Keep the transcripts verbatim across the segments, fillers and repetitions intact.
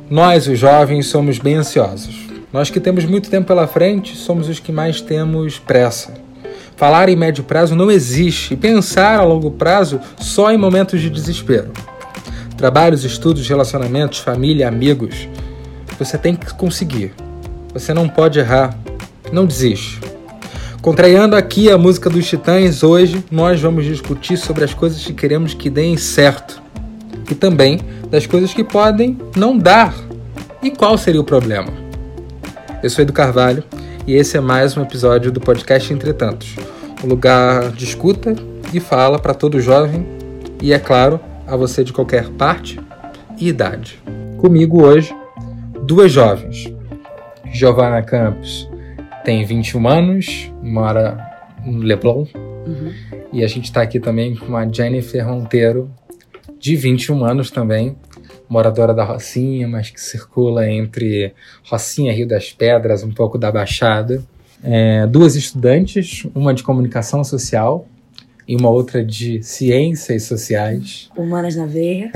Nós, os jovens, somos bem ansiosos. Nós que temos muito tempo pela frente, somos os que mais temos pressa. Falar em médio prazo não existe e pensar a longo prazo só em momentos de desespero. Trabalhos, estudos, relacionamentos, família, amigos. Você tem que conseguir. Você não pode errar. Não desiste. Contrariando aqui a música dos Titãs, hoje nós vamos discutir sobre as coisas que queremos que deem certo. E também das coisas que podem não dar. E qual seria o problema? Eu sou Edu Carvalho e esse é mais um episódio do podcast Entretantos, um lugar de escuta e fala para todo jovem e, é claro, a você de qualquer parte e idade. Comigo hoje, duas jovens. Giovana Campos tem vinte e um anos, mora no Leblon. Uhum. E a gente está aqui também com a Jennifer Monteiro, de vinte e um anos também, moradora da Rocinha, mas que circula entre Rocinha, Rio das Pedras, um pouco da Baixada. É, duas estudantes, uma de comunicação social e uma outra de ciências sociais. Humanas na veia.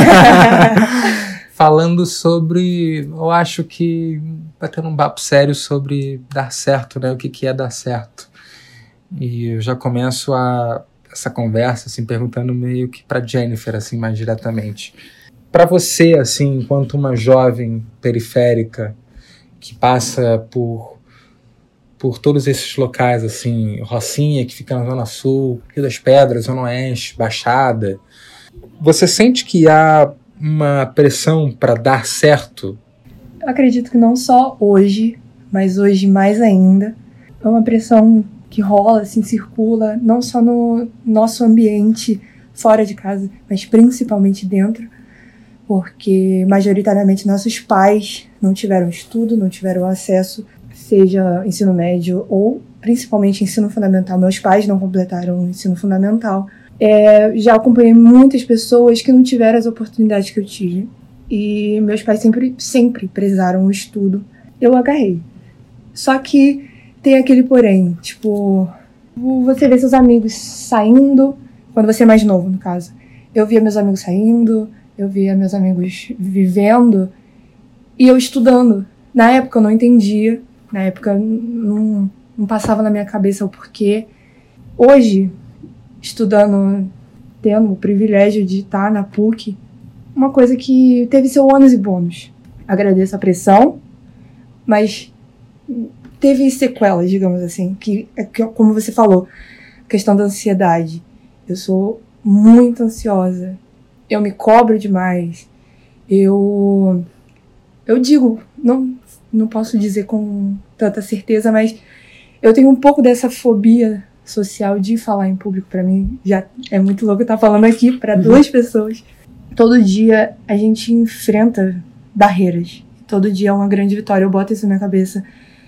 Falando sobre, eu acho que batendo um papo sério sobre dar certo, né? O que, que é dar certo. E eu já começo a, essa conversa assim, perguntando meio que para Jennifer, assim, mais diretamente. Para você, assim, enquanto uma jovem periférica que passa por, por todos esses locais, assim, Rocinha, que fica na Zona Sul, Rio das Pedras, Zona Oeste, Baixada, você sente que há uma pressão para dar certo? Eu acredito que não só hoje, mas hoje mais ainda. É uma pressão que rola, assim, circula, não só no nosso ambiente fora de casa, mas principalmente dentro. Porque, majoritariamente, nossos pais não tiveram estudo, não tiveram acesso, seja ensino médio ou, principalmente, ensino fundamental. Meus pais não completaram o ensino fundamental. É, já acompanhei muitas pessoas que não tiveram as oportunidades que eu tive. E meus pais sempre, sempre prezaram o estudo. Eu agarrei. Só que tem aquele porém, tipo, você vê seus amigos saindo, quando você é mais novo, no caso. Eu via meus amigos saindo, eu via meus amigos vivendo e eu estudando. Na época eu não entendia, na época não, não passava na minha cabeça o porquê. Hoje, estudando, tendo o privilégio de estar na P U C, uma coisa que teve seu ônus e bônus. Agradeço a pressão, mas teve sequelas, digamos assim, que, que como você falou, a questão da ansiedade. Eu sou muito ansiosa. Eu me cobro demais. Eu, eu digo, não, não posso dizer com tanta certeza, mas eu tenho um pouco dessa fobia social de falar em público. Pra mim, já é muito louco estar falando aqui para duas pessoas. Todo dia a gente enfrenta barreiras. Todo dia é uma grande vitória. Eu boto isso na minha cabeça.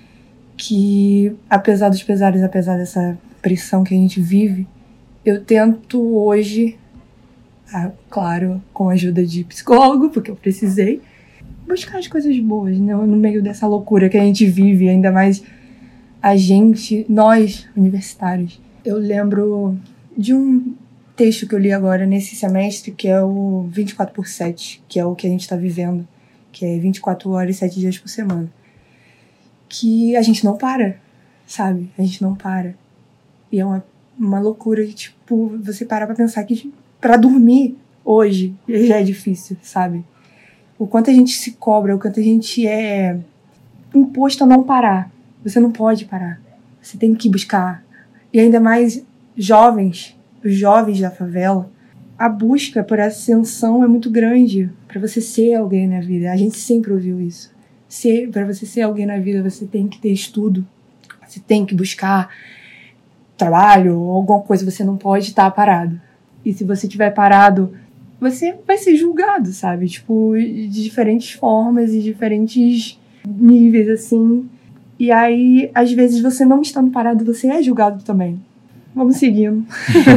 Que, apesar dos pesares, apesar dessa pressão que a gente vive, eu tento hoje, ah, claro, com a ajuda de psicólogo, porque eu precisei, buscar as coisas boas, né? No meio dessa loucura que a gente vive, ainda mais a gente, nós, universitários. Eu lembro de um texto que eu li agora nesse semestre, que é o vinte e quatro por sete, que é o que a gente está vivendo, que é vinte e quatro horas e sete dias por semana. Que a gente não para, sabe? A gente não para. E é uma, uma loucura, tipo, você parar pra pensar que pra dormir hoje já é difícil, sabe? O quanto a gente se cobra, o quanto a gente é imposto a não parar. Você não pode parar. Você tem que buscar. E ainda mais jovens, os jovens da favela, a busca por ascensão é muito grande pra você ser alguém na vida. A gente sempre ouviu isso. Ser, pra você ser alguém na vida, você tem que ter estudo. Você tem que buscar trabalho ou alguma coisa. Você não pode estar parado. E se você estiver parado, você vai ser julgado, sabe? Tipo, de diferentes formas e diferentes níveis, assim. E aí, às vezes, você não estando parado, você é julgado também. Vamos seguindo.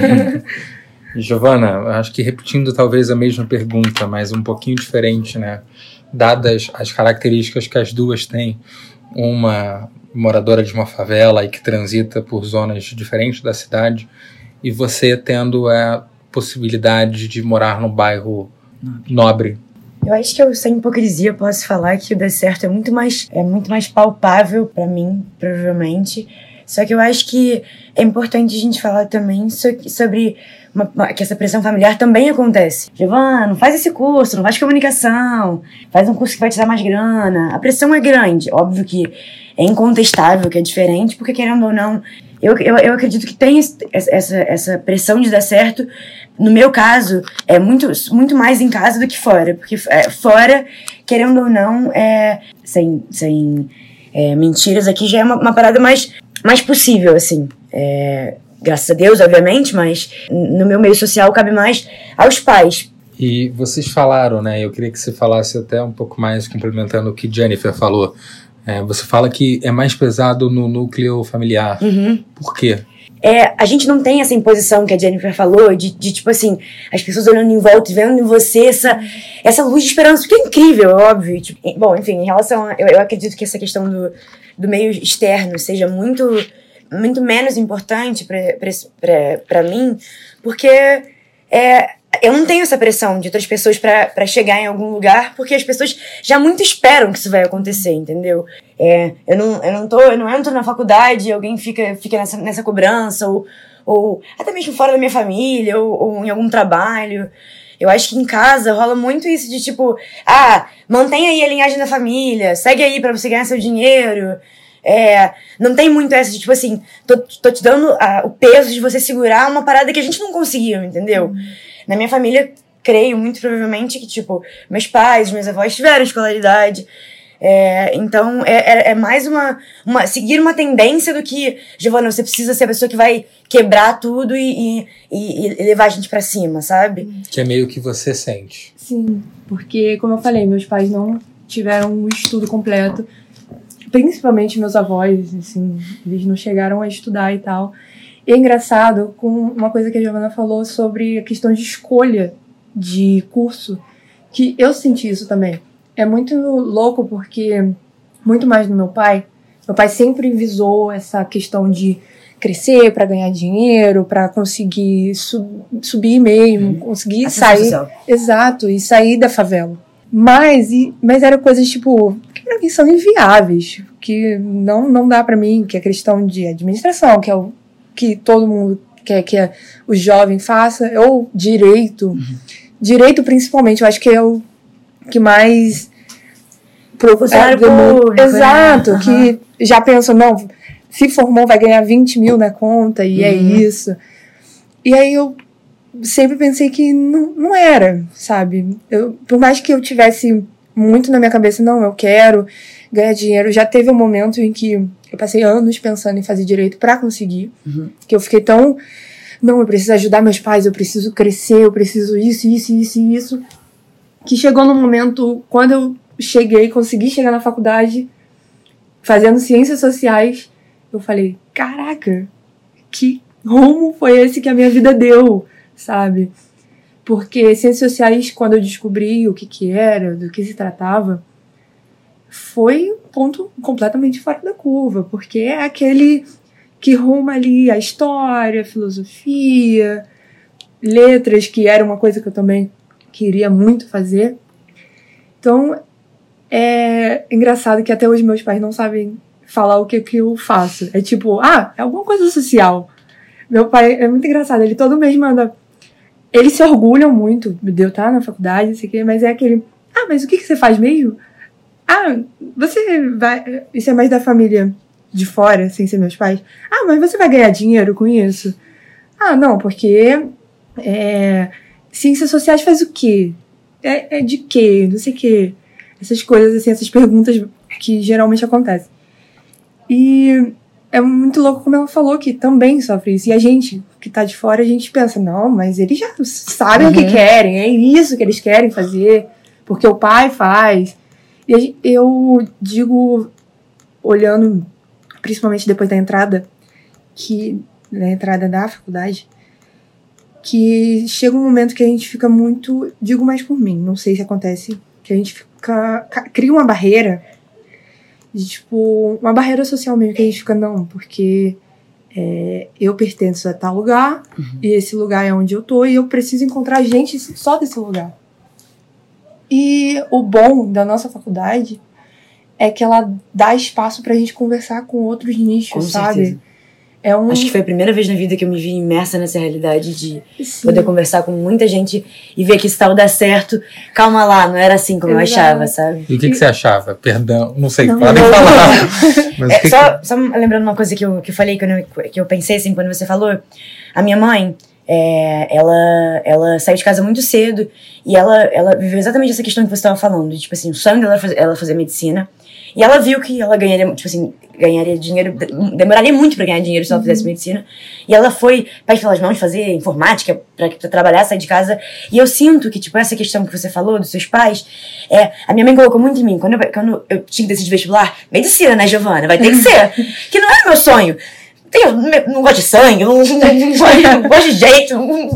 Giovana, acho que repetindo talvez a mesma pergunta, mas um pouquinho diferente, né? Dadas as características que as duas têm, uma moradora de uma favela e que transita por zonas diferentes da cidade, e você tendo a possibilidade de morar num bairro nobre. Eu acho que eu, sem hipocrisia, posso falar que o dar certo é muito mais, é muito mais palpável pra mim, provavelmente. Só que eu acho que é importante a gente falar também so- sobre uma, uma, que essa pressão familiar também acontece. Giovana, não faz esse curso, não faz comunicação, faz um curso que vai te dar mais grana. A pressão é grande. Óbvio que é incontestável que é diferente, porque querendo ou não, eu, eu, eu acredito que tem essa, essa pressão de dar certo. No meu caso, é muito, muito mais em casa do que fora. Porque é, fora, querendo ou não, é, sem, sem é, mentiras, aqui já é uma, uma parada mais, mais possível, assim. É, graças a Deus, obviamente, mas no meu meio social cabe mais aos pais. E vocês falaram, né? Eu queria que você falasse até um pouco mais, complementando o que Jennifer falou. É, você fala que é mais pesado no núcleo familiar. Uhum. Por quê? É, a gente não tem essa imposição que a Jennifer falou, de, de tipo assim, as pessoas olhando em volta e vendo em você essa, essa luz de esperança, que é incrível, óbvio. Tipo, bom, enfim, em relação a, eu, eu acredito que essa questão do, do meio externo seja muito, muito menos importante pra, pra, pra, pra mim, porque é, eu não tenho essa pressão de outras pessoas pra, pra chegar em algum lugar, porque as pessoas já muito esperam que isso vai acontecer, entendeu? É, eu, não, eu, não tô, eu não entro na faculdade e alguém fica, fica nessa, nessa cobrança, ou, ou até mesmo fora da minha família, ou, ou em algum trabalho. Eu acho que em casa rola muito isso de tipo, ah, mantém aí a linhagem da família, segue aí pra você ganhar seu dinheiro. É, não tem muito essa de tipo assim, tô, tô te dando a, o peso de você segurar uma parada que a gente não conseguiu, entendeu? Uhum. Na minha família, creio muito provavelmente que, tipo, meus pais, meus avós tiveram escolaridade. É, então, é, é mais uma, uma... seguir uma tendência do que, Giovana, você precisa ser a pessoa que vai quebrar tudo e, e, e levar a gente pra cima, sabe? Que é meio que você sente. Sim, porque, como eu falei, meus pais não tiveram um estudo completo. Principalmente meus avós, assim, eles não chegaram a estudar e tal. E é engraçado com uma coisa que a Giovana falou sobre a questão de escolha de curso, que eu senti isso também. É muito louco porque, muito mais no meu pai, meu pai sempre visou essa questão de crescer para ganhar dinheiro, para conseguir sub, subir mesmo, conseguir a sair. Social. Exato, e sair da favela. Mas, e, mas eram coisas tipo que pra mim são inviáveis, que não, não dá pra mim, que é questão de administração, que é o que todo mundo quer que é, o jovem faça, ou direito. Uhum. Direito, principalmente, eu acho que é o que mais... Pro, é, público, exato, né? Que uhum. Já pensam, não, se formou vai ganhar vinte mil na conta, e uhum. É isso. E aí eu sempre pensei que não, não era, sabe? Eu, por mais que eu tivesse muito na minha cabeça, não, eu quero ganhar dinheiro, já teve um momento em que eu passei anos pensando em fazer direito pra conseguir, uhum. Que eu fiquei tão, não, eu preciso ajudar meus pais, eu preciso crescer, eu preciso isso, isso, isso e isso, que chegou no momento, quando eu cheguei, consegui chegar na faculdade, fazendo ciências sociais, eu falei, caraca, que rumo foi esse que a minha vida deu, sabe? Porque ciências sociais, quando eu descobri o que que era, do que se tratava, foi um ponto completamente fora da curva, porque é aquele que ruma ali a história, a filosofia, letras, que era uma coisa que eu também queria muito fazer. Então, é engraçado que até hoje meus pais não sabem falar o que, que eu faço. É tipo, ah, é alguma coisa social. Meu pai é muito engraçado, ele todo mês manda... Eles se orgulham muito de eu estar na faculdade, não sei o quê, mas é aquele... Ah, mas o que, que você faz mesmo? Ah, você vai... Isso é mais da família de fora, sem ser meus pais. Ah, mas você vai ganhar dinheiro com isso? Ah, não, porque... É, ciências sociais faz o quê? É, é de quê? Não sei o quê. Essas coisas, assim, essas perguntas que geralmente acontecem. E... é muito louco como ela falou, que também sofre isso. E a gente, que tá de fora, a gente pensa, não, mas eles já sabem uhum. O que querem, é isso que eles querem fazer, porque o pai faz. E eu digo, olhando, principalmente depois da entrada, que na entrada da faculdade, que chega um momento que a gente fica muito, digo mais por mim, não sei se acontece, que a gente fica, cria uma barreira, de, tipo, uma barreira social mesmo, que a gente fica, não, porque é, eu pertenço a tal lugar, uhum. E esse lugar é onde eu tô, e eu preciso encontrar gente só desse lugar. E o bom da nossa faculdade é que ela dá espaço pra gente conversar com outros nichos, Com sabe? certeza. É um... Acho que foi a primeira vez na vida que eu me vi imersa nessa realidade de Sim. poder conversar com muita gente e ver que isso tal dá certo. Calma lá, não era assim como Exato. eu achava, sabe? E o que, que você achava? Perdão, não sei, Não, podem não. falar. Mas É, o que só, só lembrando uma coisa que eu, que eu falei, que eu, que eu pensei assim, quando você falou. A minha mãe, é, ela, ela saiu de casa muito cedo e ela, ela viveu exatamente essa questão que você estava falando. De, tipo assim, o sonho dela era fazer, ela fazer medicina. E ela viu que ela ganharia, tipo assim, ganharia dinheiro, demoraria muito pra ganhar dinheiro se ela fizesse medicina. E ela foi, pés pelas mãos, fazer informática pra, pra trabalhar, sair de casa. E eu sinto que, tipo, essa questão que você falou dos seus pais, é, a minha mãe colocou muito em mim. Quando eu, quando eu tinha que decidir vestibular, medicina, né, Giovana? Vai ter que ser. Que não era meu sonho. Eu não gosto de sangue, não, não, não, não gosto de jeito.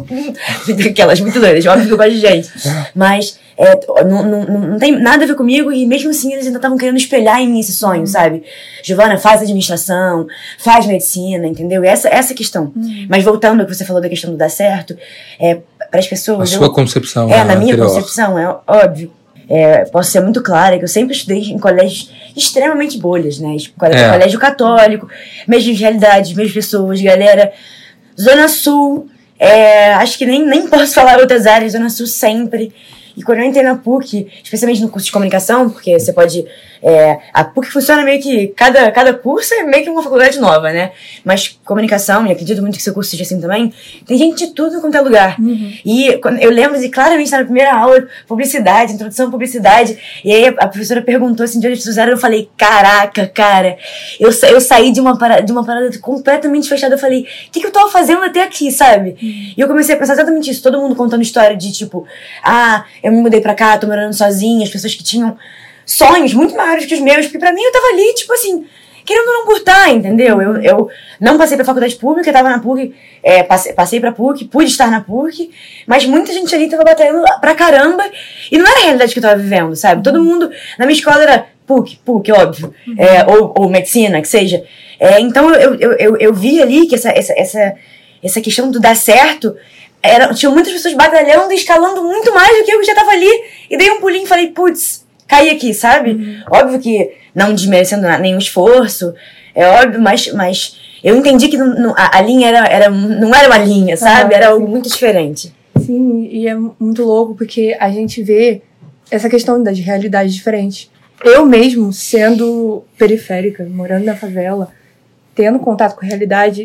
Aquelas muito doidas, óbvio que eu gosto de gente. Mas é, não, não, não tem nada a ver comigo e mesmo assim eles ainda estavam querendo espelhar em mim esse sonho, sabe? Giovana, faz administração, faz medicina, entendeu? Essa, essa questão. Hum. Mas voltando ao que você falou da questão do dar certo, é, para as pessoas... A eu, sua concepção É, na minha anterior. concepção, é óbvio. É, posso ser muito clara que eu sempre estudei em colégios extremamente bolhas, né? Colégio, É. colégio católico, mesmas realidades, mesmas pessoas, galera. Zona Sul, é, acho que nem, nem posso falar outras áreas, Zona Sul sempre. E quando eu entrei na P U C, especialmente no curso de comunicação, porque você pode... É, a P U C funciona meio que... Cada, cada curso é meio que uma faculdade nova, né? Mas comunicação, e acredito muito que seu curso seja assim também, tem gente de tudo quanto é lugar. Uhum. E quando, eu lembro de claramente na primeira aula, publicidade, introdução à publicidade, e aí a, a professora perguntou assim, de onde vocês eram, eu falei, caraca, cara, eu, eu saí de uma, parada, de uma parada completamente fechada, eu falei, o que, que eu tava fazendo até aqui, sabe? Uhum. E eu comecei a pensar exatamente isso, todo mundo contando história de tipo, ah, eu me mudei pra cá, tô morando sozinha, as pessoas que tinham sonhos muito maiores que os meus, porque pra mim eu tava ali, tipo assim, querendo não curtar, entendeu? Eu, eu não passei pra faculdade pública, tava na P U C, é, passei, passei pra P U C, pude estar na P U C, mas muita gente ali tava batalhando pra caramba, e não era a realidade que eu tava vivendo, sabe? Todo mundo, na minha escola era P U C, P U C, óbvio, é, ou, ou medicina, que seja. É, então eu, eu, eu, eu vi ali que essa, essa, essa, essa questão do dar certo, era, tinha muitas pessoas batalhando e escalando muito mais do que eu que já tava ali, e dei um pulinho e falei, putz, caí aqui, sabe? Uhum. Óbvio que não desmerecendo nenhum esforço, é óbvio, mas, mas eu entendi que não, não, a, a linha era, era, não era uma linha, sabe? Era algo muito diferente. Sim, e é muito louco porque a gente vê essa questão das realidades diferentes. Eu mesmo, sendo periférica, morando na favela, tendo contato com a realidade,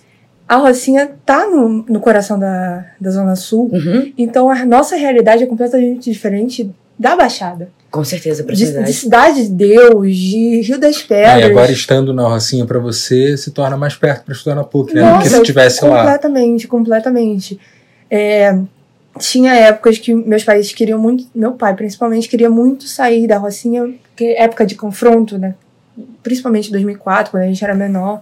a Rocinha tá no, no coração da, da Zona Sul, uhum. Então a nossa realidade é completamente diferente da Baixada. Com certeza, pra de, de Cidade de Deus, de Rio das Pedras. Ah, e agora estando na Rocinha pra você, se torna mais perto pra estudar na P U C, né? Nossa, Porque se tivesse completamente, lá. Completamente, completamente. É, tinha épocas que meus pais queriam muito, meu pai principalmente, queria muito sair da Rocinha, que é época de confronto, né? Principalmente em dois mil e quatro, quando a gente era menor.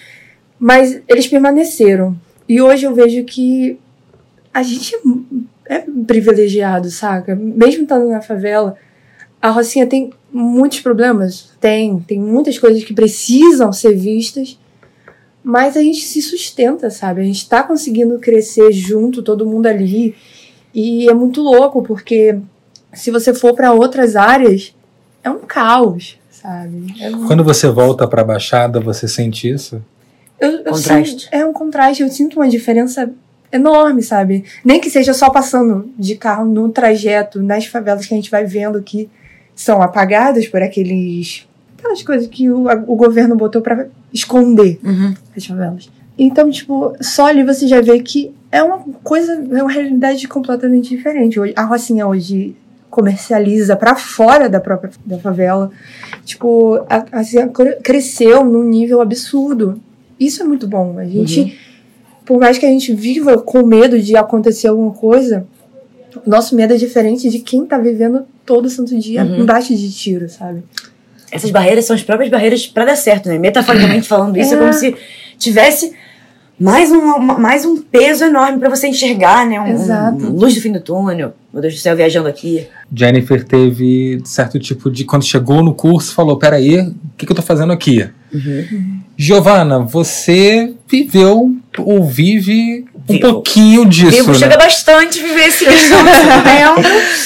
Mas eles permaneceram. E hoje eu vejo que a gente é privilegiado, saca? Mesmo estando na favela, a Rocinha tem muitos problemas, tem, tem muitas coisas que precisam ser vistas, mas a gente se sustenta, sabe? A gente tá conseguindo crescer junto, todo mundo ali, e é muito louco, porque se você for para outras áreas, é um caos, sabe? É um... Quando você volta pra Baixada, você sente isso? Eu, eu contraste. Sinto, é um contraste, eu sinto uma diferença enorme, sabe? Nem que seja só passando de carro no trajeto, nas favelas que a gente vai vendo que são apagadas por aqueles aquelas coisas que o, o governo botou pra esconder uhum. as favelas. Então, tipo, só ali você já vê que é uma coisa, é uma realidade completamente diferente. A Rocinha hoje comercializa pra fora da própria da favela. Tipo, a, a Rocinha cresceu num nível absurdo. Isso é muito bom. A gente, uhum. por mais que a gente viva com medo de acontecer alguma coisa, o nosso medo é diferente de quem tá vivendo todo santo dia uhum. embaixo de tiro, sabe? Essas barreiras são as próprias barreiras pra dar certo, né? Metaforicamente falando isso, é, é como se tivesse mais um, mais um peso enorme pra você enxergar, né? Um, Exato. Um, luz do fim do túnel. Meu Deus do céu, viajando aqui. Jennifer teve certo tipo de... Quando chegou no curso, falou, peraí, o que, que eu tô fazendo aqui? Uhum. Uhum. Giovana, você viveu ou vive um Vivo. pouquinho disso, Vivo, né? chega bastante viver esse momento.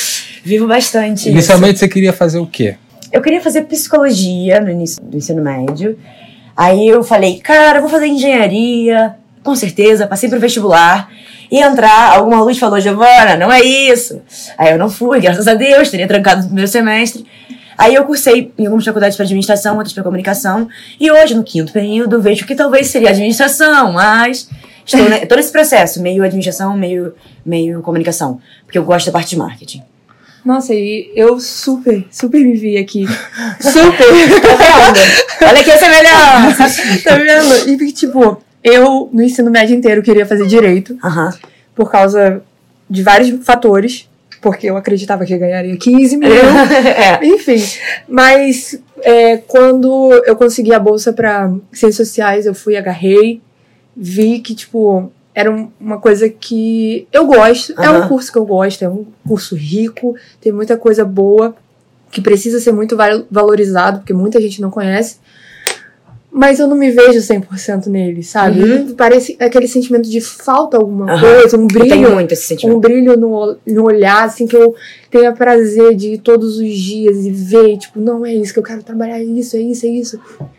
Vivo bastante Inicialmente isso. Você queria fazer o quê? Eu queria fazer psicologia no início do ensino médio. Aí eu falei, cara, eu vou fazer engenharia, com certeza, passei pro vestibular. E entrar, alguma luz falou, Giovana, não é isso. Aí eu não fui, graças a Deus, teria trancado no primeiro semestre. Aí eu cursei em algumas faculdades para administração, outras para comunicação. E hoje, no quinto período, vejo que talvez seria administração, mas estou, ne- tô nesse processo, meio administração, meio, meio comunicação. Porque eu gosto da parte de marketing. Nossa, e eu super, super me vi aqui. Super! Tá vendo? Olha que essa é melhor! Tá vendo? E, tipo, eu, no ensino médio inteiro, queria fazer direito. Aham. Por causa de vários fatores. Porque eu acreditava que ganharia quinze mil. É. Enfim. Mas, é, quando eu consegui a bolsa pra Ciências Sociais, eu fui, agarrei. Vi que, tipo, era um- uma coisa que eu gosto. É um Aham. curso que eu gosto. É um curso rico. Tem muita coisa boa. Que precisa ser muito val- valorizado. Porque muita gente não conhece. Mas eu não me vejo cem por cento nele, sabe? Uhum. Parece aquele sentimento de falta alguma Aham. coisa. Um Eu tenho brilho. muito esse sentimento. Um brilho no, no olhar, assim, que eu tenha prazer de ir todos os dias e ver, tipo, não é isso que eu quero trabalhar, é isso, é isso, é isso.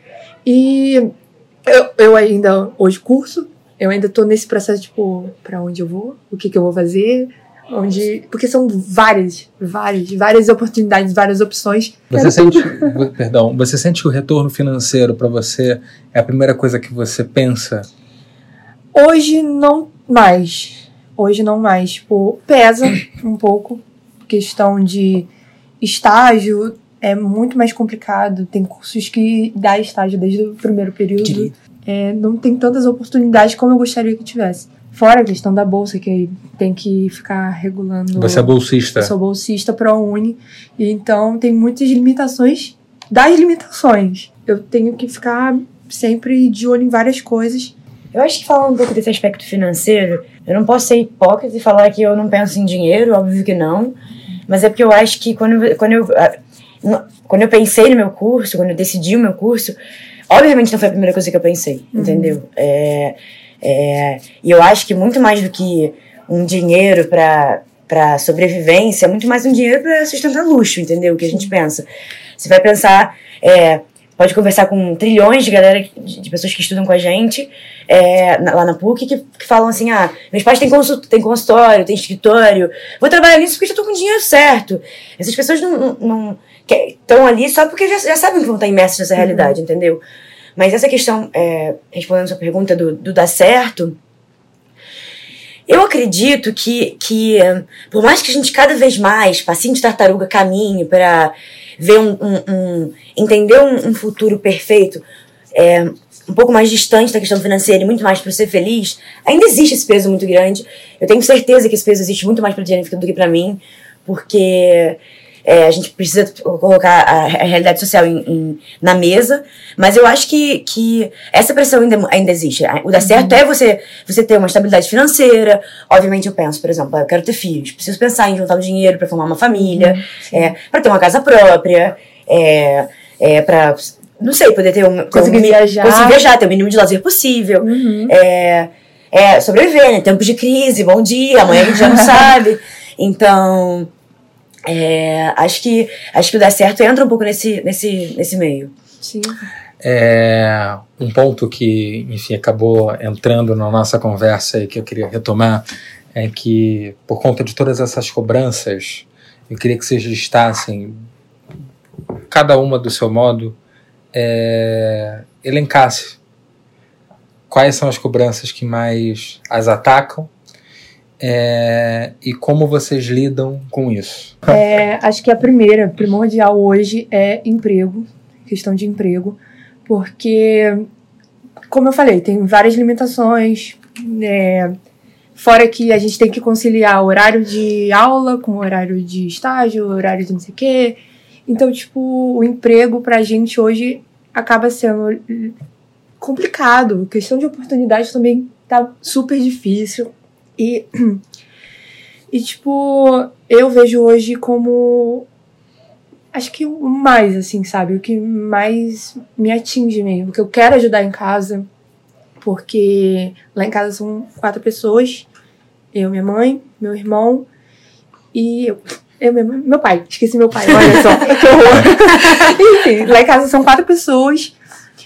E eu, eu ainda, hoje, curso, eu ainda tô nesse processo, tipo, pra onde eu vou, o que que eu vou fazer, onde... Porque são várias, várias, várias oportunidades, várias opções. Você sente, vo- perdão, você sente que o retorno financeiro para você é a primeira coisa que você pensa? Hoje não mais. Hoje não mais. Tipo, pesa um pouco. Questão de estágio é muito mais complicado. Tem cursos que dá estágio desde o primeiro período. Direito. É, não tem tantas oportunidades como eu gostaria que tivesse. Fora a questão da bolsa, que tem que ficar regulando. Você é bolsista. Eu sou bolsista ProUni. E então tem muitas limitações das limitações. Eu tenho que ficar sempre de olho em várias coisas. Eu acho que falando um pouco desse aspecto financeiro, eu não posso ser hipócrita e falar que eu não penso em dinheiro, óbvio que não. Mas é porque eu acho que quando, eu- quando, eu, ah, no- quando eu pensei no meu curso, quando eu decidi o meu curso, obviamente não foi a primeira coisa que eu pensei, entendeu? É, é, e eu acho que muito mais do que um dinheiro para para sobrevivência, é muito mais um dinheiro para sustentar luxo, entendeu? O que a gente pensa. Você vai pensar, é, pode conversar com trilhões de galera, de, de pessoas que estudam com a gente, é, na- lá na PUC, que, que falam assim, ah, meus pais têm, consul, têm consultório, têm escritório, vou trabalhar nisso porque já tô com o dinheiro certo. Essas pessoas não estão ali só porque já, já sabem que vão estar imersas nessa realidade, entendeu? Mas essa questão, é, respondendo a sua pergunta do, do dar certo, eu acredito que, que, eh, por mais que a gente cada vez mais, passinho de tartaruga, caminhe para ver um, um, um- entender um, um futuro perfeito, é, um pouco mais distante da questão financeira e muito mais para ser feliz, ainda existe esse peso muito grande. Eu tenho certeza que esse peso existe muito mais para a Jennifer do que para mim, porque é, a gente precisa colocar a, a realidade social em, em- na mesa, mas eu acho que, que essa pressão ainda, ainda existe. O dar certo é você, você ter uma estabilidade financeira. Obviamente eu penso, por exemplo, eu quero ter filhos, preciso pensar em juntar um dinheiro para formar uma família, é, para ter uma casa própria, é, é, para, não sei, poder ter um... ter Conseguir um, viajar. Conseguir viajar, ter o mínimo de lazer possível. Uhum. É, é, sobreviver, né? Tempos de crise, bom dia, amanhã a gente já não sabe. Então... É, acho que acho que o dar certo entra um pouco nesse, nesse, nesse meio. Sim. É, um ponto que, enfim, acabou entrando na nossa conversa e que eu queria retomar é que, por conta de todas essas cobranças, eu queria que vocês listassem, cada uma do seu modo, é, elencasse quais são as cobranças que mais as atacam, é, e como vocês lidam com isso. É, acho que a primeira, primordial hoje, é emprego, questão de emprego, porque, como eu falei, tem várias limitações, é, fora que a gente tem que conciliar o horário de aula com o horário de estágio, o horário de não sei o quê. Então, tipo, o emprego pra gente hoje acaba sendo complicado. A questão de oportunidade também tá super difícil. E, e, tipo, eu vejo hoje como, acho que o mais, assim, sabe? O que mais me atinge mesmo. Porque eu quero ajudar em casa, porque lá em casa são quatro pessoas. Eu, minha mãe, meu irmão e eu. Eu mesmo, meu pai, esqueci meu pai, olha só, que horror. Enfim, lá em casa são quatro pessoas.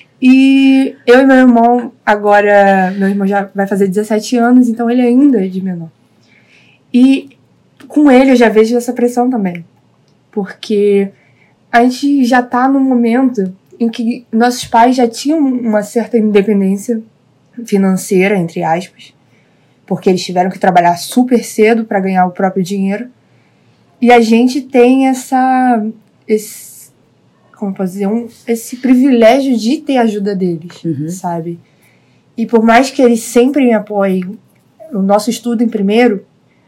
E eu e meu irmão, agora, meu irmão já vai fazer dezessete anos, então ele ainda é de menor. E com ele eu já vejo essa pressão também. Porque a gente já tá num momento em que nossos pais já tinham uma certa independência financeira, entre aspas, porque eles tiveram que trabalhar super cedo para ganhar o próprio dinheiro. E a gente tem essa, esse, como posso dizer, um, esse privilégio de ter a ajuda deles, uhum. sabe? E por mais que eles sempre me apoiem, o nosso estudo em primeiro,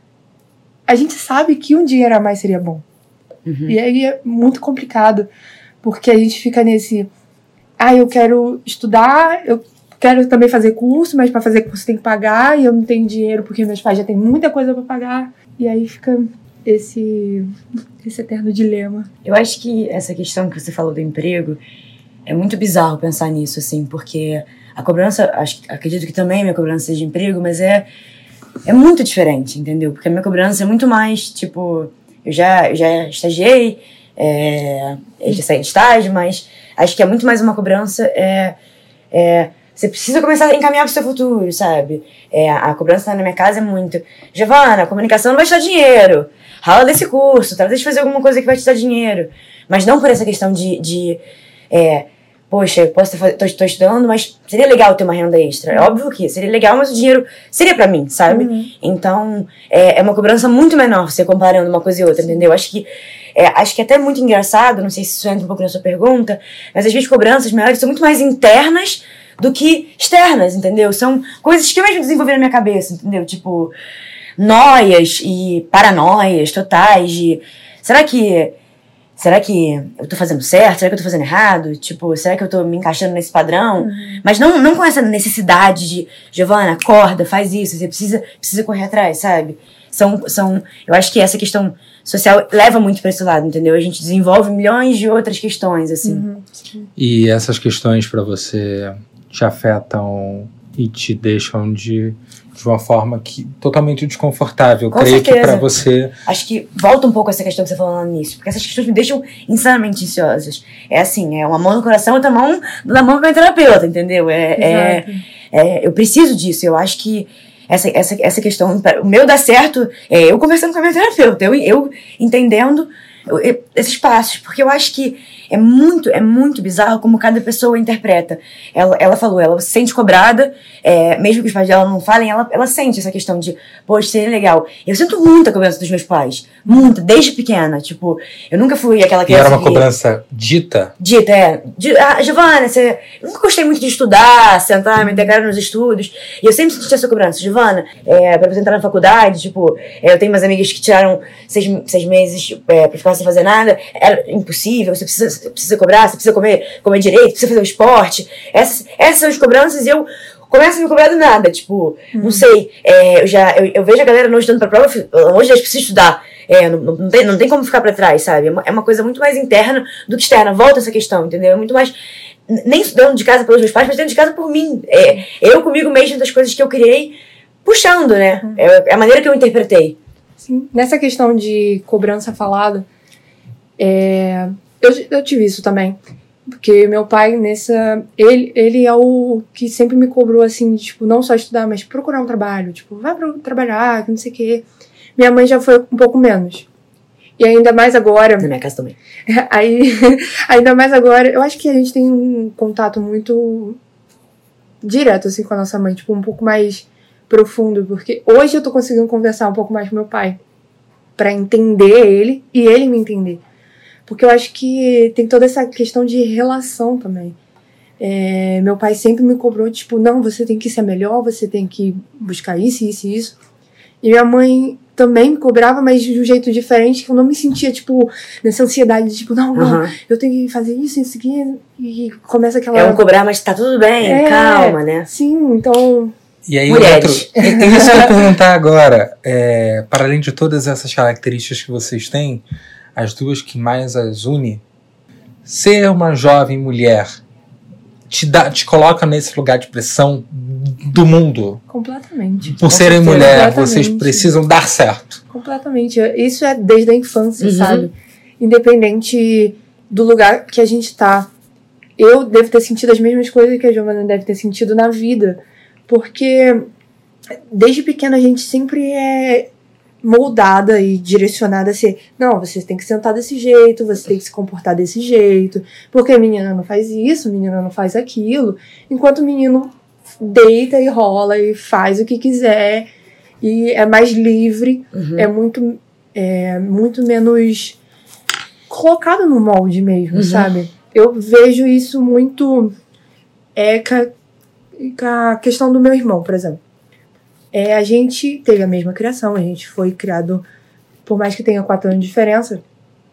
a gente sabe que um dinheiro a mais seria bom. Uhum. E aí é muito complicado, porque a gente fica nesse, ah, eu quero estudar, eu quero também fazer curso, mas para fazer curso tem que pagar, e eu não tenho dinheiro porque meus pais já têm muita coisa para pagar. E aí fica esse, esse eterno dilema. Eu acho que essa questão que você falou do emprego, é muito bizarro pensar nisso, assim, porque a cobrança, acho, acredito que também a minha cobrança seja de emprego, mas é, é muito diferente, entendeu? Porque a minha cobrança é muito mais, tipo, eu já, eu já estagiei, é, eu já saí de estágio, mas acho que é muito mais uma cobrança, é, é, você precisa começar a encaminhar pro seu futuro, sabe? É, a cobrança na minha casa é muito, Giovana, a comunicação não vai te dar dinheiro, rala desse curso, trata de fazer alguma coisa que vai te dar dinheiro, mas não por essa questão de, de é, poxa, eu posso estar estudando, mas seria legal ter uma renda extra. É óbvio que seria legal, mas o dinheiro seria pra mim, sabe? Uhum. Então, é, é uma cobrança muito menor você comparando uma coisa e outra, entendeu? Acho que é, acho que é até muito engraçado, não sei se isso entra um pouco na sua pergunta, mas às vezes cobranças maiores são muito mais internas do que externas, entendeu? São coisas que eu mesmo desenvolvi na minha cabeça, entendeu? Tipo, noias e paranoias totais de, será que será que eu tô fazendo certo? Será que eu tô fazendo errado? Tipo, será que eu tô me encaixando nesse padrão? Uhum. Mas não, não com essa necessidade de, Giovana, acorda, faz isso, você precisa, precisa correr atrás, sabe? São, são, eu acho que essa questão social leva muito pra esse lado, entendeu? A gente desenvolve milhões de outras questões, assim. Uhum. E essas questões pra você te afetam e te deixam de... de uma forma que, totalmente desconfortável. Com Creio certeza. que pra você... Acho que volta um pouco essa questão que você falou lá no início, porque essas questões me deixam insanamente ansiosas. É assim, é uma mão no coração, outra mão na mão do meu terapeuta, entendeu? É, é, é, eu preciso disso. Eu acho que essa, essa, essa questão, o meu dar certo é eu conversando com a minha terapeuta, eu, eu entendendo eu, esses passos, porque eu acho que é muito, é muito bizarro como cada pessoa interpreta. Ela, ela falou, ela se sente cobrada, é, mesmo que os pais dela não falem, ela, ela sente essa questão de, poxa, seria legal. Eu sinto muita cobrança dos meus pais, muita, desde pequena, tipo, eu nunca fui aquela criança. E era uma que, cobrança dita? Dita, é. De, ah, Giovana, você, eu nunca gostei muito de estudar, sentar, me integrar nos estudos, e eu sempre senti essa cobrança. Giovana, é, pra você entrar na faculdade, tipo, é, eu tenho umas amigas que tiraram seis, seis meses é, pra ficar sem fazer nada, era impossível, você precisa precisa cobrar, você precisa comer, comer direito, precisa fazer o esporte. Essas, essas são as cobranças e eu começo a me cobrar do nada, tipo, uhum. não sei, é, eu já, eu, eu vejo a galera não estudando pra prova, hoje eles precisam estudar, é, não, não, tem, não tem como ficar pra trás, sabe? É uma, é uma coisa muito mais interna do que externa, volta essa questão, entendeu? É muito mais, nem estudando de casa pelos meus pais, mas dentro de casa por mim, é, eu comigo mesmo das coisas que eu criei, puxando, né? Uhum. É, é a maneira que eu interpretei. Sim. Nessa questão de cobrança falada, é... Eu, eu tive isso também, porque meu pai, nessa, ele, ele é o que sempre me cobrou, assim, tipo, não só estudar, mas procurar um trabalho, tipo, vai pra trabalhar, que não sei o quê. Minha mãe já foi um pouco menos. E ainda mais agora... Na minha casa também. Aí, ainda mais agora, eu acho que a gente tem um contato muito direto, assim, com a nossa mãe, tipo, um pouco mais profundo, porque hoje eu tô conseguindo conversar um pouco mais com meu pai, pra entender ele e ele me entender. Porque eu acho que tem toda essa questão de relação também. É, meu pai sempre me cobrou, tipo, não, você tem que ser melhor, você tem que buscar isso, isso e isso. E minha mãe também me cobrava, mas de um jeito diferente, que eu não me sentia, tipo, nessa ansiedade de, tipo, não, não, uhum. eu tenho que fazer isso, isso aqui, e começa aquela... É um cobrar, mas tá tudo bem, é, calma, né? Sim, então... E aí, outro, é isso que eu ia perguntar agora. É, para além de todas essas características que vocês têm, as duas que mais as une, ser uma jovem mulher te, dá, te coloca nesse lugar de pressão do mundo. Completamente. Por serem mulher, vocês precisam dar certo. Completamente. Isso é desde a infância, Uhum. sabe? Independente do lugar que a gente tá. Eu devo ter sentido as mesmas coisas que a Giovana deve ter sentido na vida. Porque desde pequena a gente sempre é moldada e direcionada a ser, não, você tem que sentar desse jeito, você tem que se comportar desse jeito, porque a menina não faz isso, a menina não faz aquilo, enquanto o menino deita e rola e faz o que quiser e é mais livre, Uhum. é muito, é muito menos colocado no molde mesmo, Uhum. sabe? Eu vejo isso muito é, com a, com a questão do meu irmão, por exemplo. É, a gente teve a mesma criação, a gente foi criado, por mais que tenha quatro anos de diferença,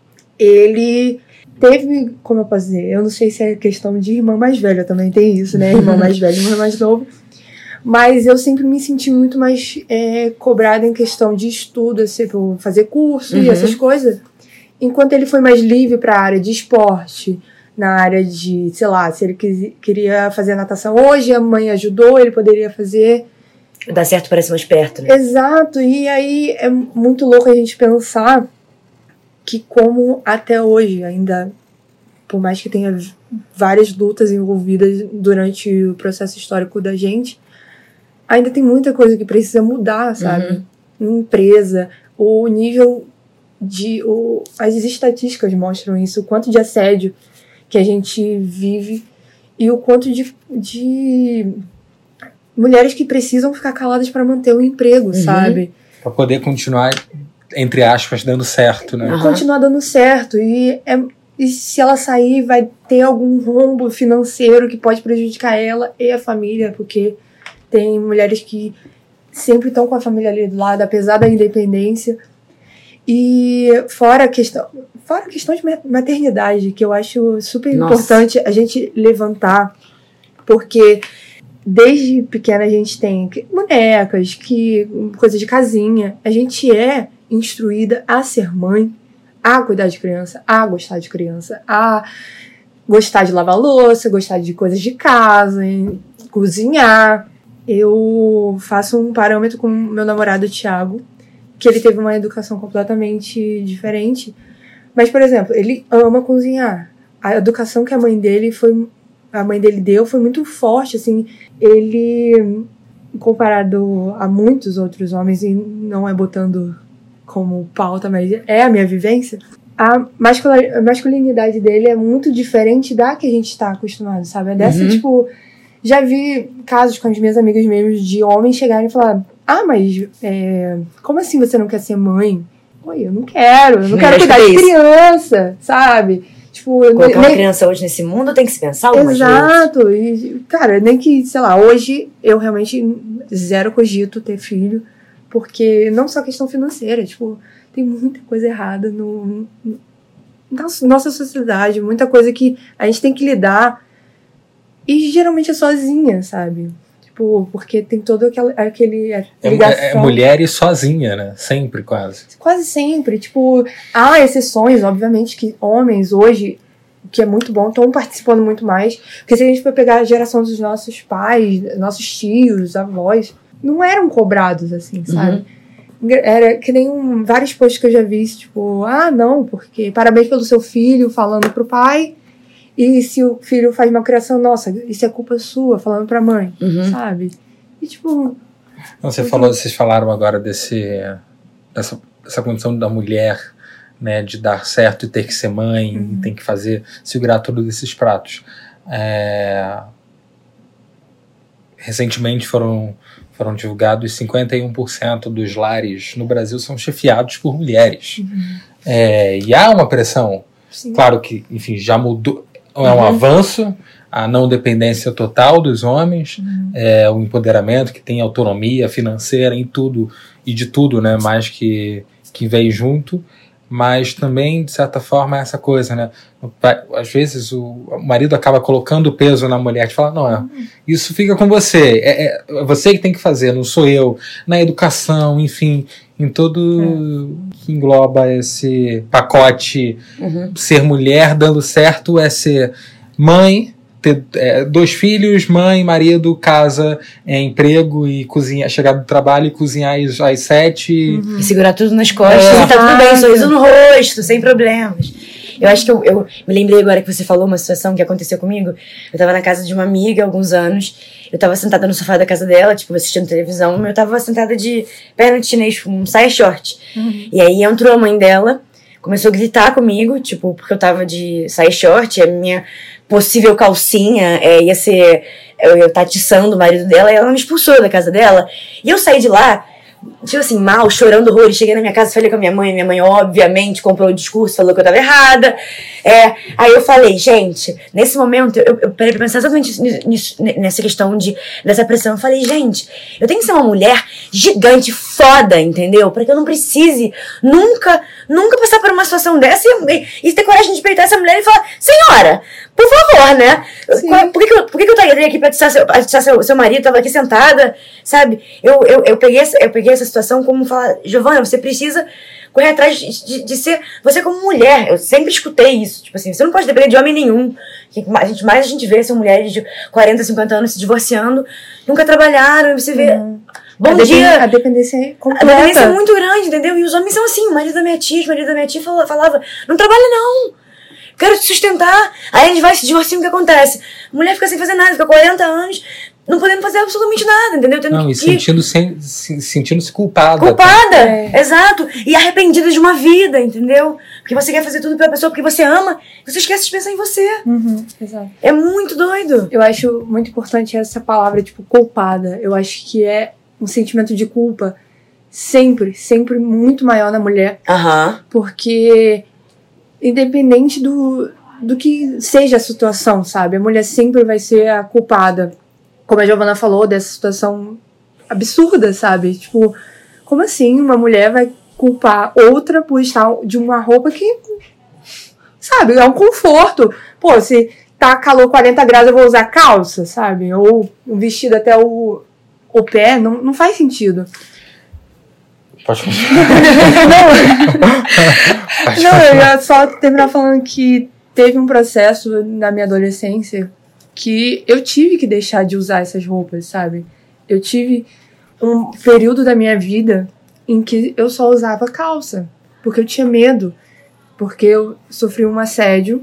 ele teve, como eu posso dizer, eu não sei se é questão de irmã mais velha, também tem isso, né? Irmão mais velho, irmão mais novo. Mas eu sempre me senti muito mais é, cobrada em questão de estudo, assim, por fazer curso Uhum. e essas coisas. Enquanto ele foi mais livre para a área de esporte, na área de, sei lá, se ele quis, queria fazer natação hoje, a mãe ajudou, ele poderia fazer. Dá certo, parece mais perto, né? Exato, e aí é muito louco a gente pensar que como até hoje ainda, por mais que tenha várias lutas envolvidas durante o processo histórico da gente, ainda tem muita coisa que precisa mudar, sabe? Uhum. Em empresa, o nível de... O, as estatísticas mostram isso, o quanto de assédio que a gente vive e o quanto de... de mulheres que precisam ficar caladas para manter o emprego, Uhum. sabe? Pra poder continuar, entre aspas, dando certo, né? Aham. Continuar dando certo. E, é, e se ela sair, vai ter algum rombo financeiro que pode prejudicar ela e a família, porque tem mulheres que sempre estão com a família ali do lado, apesar da independência. E fora a questão, fora a questão de maternidade, que eu acho super Nossa. importante a gente levantar, porque desde pequena a gente tem que- bonecas, que, coisa de casinha. A gente é instruída a ser mãe, a cuidar de criança, a gostar de criança, a gostar de lavar louça, gostar de coisas de casa, em- cozinhar. Eu faço um parâmetro com meu namorado Thiago, que ele teve uma educação completamente diferente. Mas, por exemplo, ele ama cozinhar. A educação que a mãe dele foi... A mãe dele deu foi muito forte, assim. Ele, comparado a muitos outros homens, e não é botando como pauta, mas é a minha vivência, a mascula- a masculinidade dele é muito diferente da que a gente está acostumado, sabe? É dessa, Uhum. tipo... Já vi casos com as minhas amigas mesmo de homens chegarem e falar: ah, mas é, como assim você não quer ser mãe? Oi, eu não quero, eu não quero Eu cuidar de escutei isso. criança, sabe? Tipo, Colocar uma nem- criança hoje nesse mundo tem que se pensar algumas vezes. Exato, e, cara, nem que, sei lá, hoje eu realmente zero cogito ter filho, porque não só questão financeira, tipo, tem muita coisa errada no, no- na nossa sociedade, muita coisa que a gente tem que lidar, e geralmente é sozinha, sabe? Tipo, porque tem todo aquele, aquele É, ligação. é mulher e sozinha, né? Sempre, quase. Quase sempre, tipo, há exceções, obviamente, que homens hoje, que é muito bom, estão participando muito mais. Porque se a gente for pegar a geração dos nossos pais, nossos tios, avós, não eram cobrados assim, sabe? Era que nem um, vários posts que eu já vi, tipo, ah, não, porque parabéns pelo seu filho, falando pro pai. E se o filho faz uma criação, nossa, isso é culpa sua, falando pra mãe, Uhum. sabe? E tipo, Não, você falou, vocês falaram agora desse, dessa, dessa condição da mulher, né, de dar certo e ter que ser mãe, Uhum. tem que fazer, segurar todos esses pratos. É, recentemente foram, foram divulgados cinquenta e um por cento dos lares no Brasil são chefiados por mulheres. É, e há uma pressão, sim. claro que, enfim, já mudou, é um Uhum. avanço, a não dependência total dos homens, Uhum. é, o empoderamento, que tem autonomia financeira em tudo e de tudo, né, mais que, que vem junto, mas também, de certa forma, é essa coisa, né, o pai- às vezes o, o marido acaba colocando peso na mulher, de falar, não, é, isso fica com você, é, é, é você que tem que fazer, não sou eu, na educação, enfim, em todo que engloba esse pacote. Uhum. Ser mulher dando certo é ser mãe, ter é, dois filhos, mãe, marido, casa, é, emprego e cozinhar, chegar do trabalho e cozinhar às, às sete. Uhum. E segurar tudo nas costas, é. E tá tudo bem, sorriso no rosto, sem problemas. Eu acho que eu, eu me lembrei agora que você falou uma situação que aconteceu comigo. Eu tava na casa de uma amiga há alguns anos. Eu tava sentada no sofá da casa dela, tipo, assistindo televisão. Eu tava sentada de perna de chinês, com um saia short. Uhum. E aí entrou a mãe dela, começou a gritar comigo, tipo, porque eu tava de saia short. A minha possível calcinha é, ia ser... Eu ia estar atiçando o marido dela. E ela me expulsou da casa dela. E eu saí de lá... tipo assim, mal, chorando horrores. Cheguei na minha casa, falei com a minha mãe. Minha mãe, obviamente, comprou o discurso, falou que eu tava errada. É, aí eu falei, gente, nesse momento, eu, eu parei pra pensar exatamente nisso, nessa questão de, dessa pressão. Eu falei, gente, eu tenho que ser uma mulher gigante, foda, entendeu? Pra que eu não precise nunca, nunca passar por uma situação dessa e, e ter coragem de peitar essa mulher e falar, senhora, por favor, né? Sim. Por que, que, eu, por que, que eu estaria aqui pra atiçar seu, atiçar seu, seu marido? Tava aqui sentada, sabe? Eu, eu, eu, peguei essa, eu peguei essa situação como falar, Giovana, você precisa correr atrás de, de, de ser você como mulher. Eu sempre escutei isso. Tipo assim, você não pode depender de homem nenhum. A gente, mais a gente vê são mulheres de quarenta, cinquenta anos se divorciando, nunca trabalharam, e você vê... Hum. Bom a dia! A dependência é completa. A dependência é muito grande, entendeu? E os homens são assim. O marido da minha tia, o marido da minha tia falava, não trabalha não. Quero te sustentar. Aí a gente vai se divorciando, o que acontece? A mulher fica sem fazer nada, fica quarenta anos, não podendo fazer absolutamente nada, entendeu? Tendo não, que... e sentindo sem, se, sentindo-se culpada. Culpada, é. Exato. E arrependida de uma vida, entendeu? Porque você quer fazer tudo pela pessoa porque você ama, você esquece de pensar em você. Uhum, exato. É muito doido. Eu acho muito importante essa palavra, tipo, culpada. Eu acho que é um sentimento de culpa sempre, sempre muito maior na mulher. Aham. Porque... independente do, do que seja a situação, sabe? A mulher sempre vai ser a culpada. Como a Giovana falou, dessa situação absurda, sabe? Tipo, como assim uma mulher vai culpar outra por estar de uma roupa que, sabe, é um conforto. Pô, se tá calor quarenta graus, eu vou usar calça, sabe? Ou um vestido até o, o pé, não, não faz sentido. Pode não, não, eu ia só terminar falando que teve um processo na minha adolescência que eu tive que deixar de usar essas roupas, sabe? Eu tive um período da minha vida em que eu só usava calça, porque eu tinha medo, porque eu sofri um assédio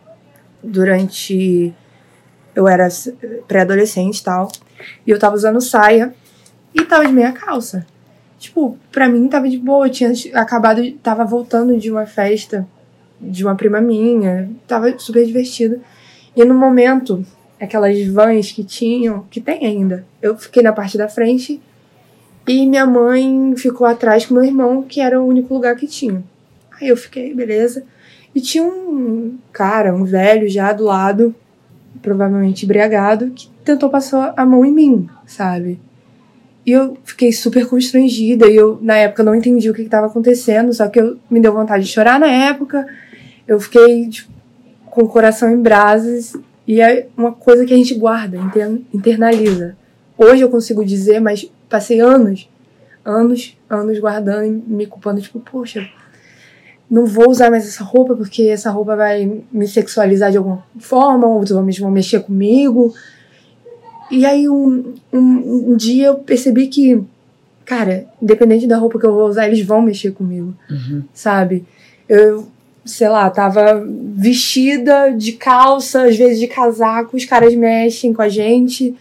durante... eu era pré-adolescente e tal, e eu tava usando saia e tava de meia calça. Tipo, pra mim tava de boa, eu tinha acabado, tava voltando de uma festa de uma prima minha, tava super divertido. E no momento, aquelas vans que tinham, que tem ainda, eu fiquei na parte da frente e minha mãe ficou atrás com meu irmão, que era o único lugar que tinha. Aí eu fiquei, beleza. E tinha um cara, um velho já do lado, provavelmente embriagado, que tentou passar a mão em mim, sabe? E eu fiquei super constrangida, e eu, na época, não entendi o que estava acontecendo, só que eu, me deu vontade de chorar na época, eu fiquei tipo, com o coração em brasas, e é uma coisa que a gente guarda, internaliza. Hoje eu consigo dizer, mas passei anos, anos, anos guardando e me culpando, tipo, poxa, não vou usar mais essa roupa, porque essa roupa vai me sexualizar de alguma forma, ou os homens vão mexer comigo. E aí, um, um, um dia eu percebi que, cara, independente da roupa que eu vou usar, eles vão mexer comigo, uhum. Sabe? Eu, sei lá, tava vestida de calça, às vezes de casaco, os caras mexem com a gente.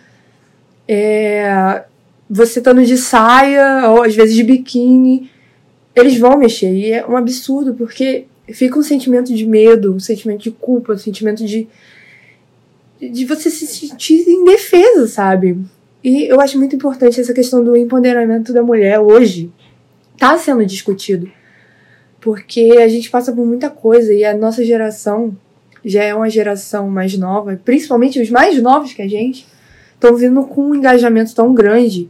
É, você estando de saia, ou às vezes de biquíni, eles vão mexer. E é um absurdo, porque fica um sentimento de medo, um sentimento de culpa, um sentimento de... de você se sentir indefesa, sabe? E eu acho muito importante essa questão do empoderamento da mulher hoje. Tá sendo discutido. Porque a gente passa por muita coisa e a nossa geração já é uma geração mais nova, principalmente os mais novos que a gente, estão vindo com um engajamento tão grande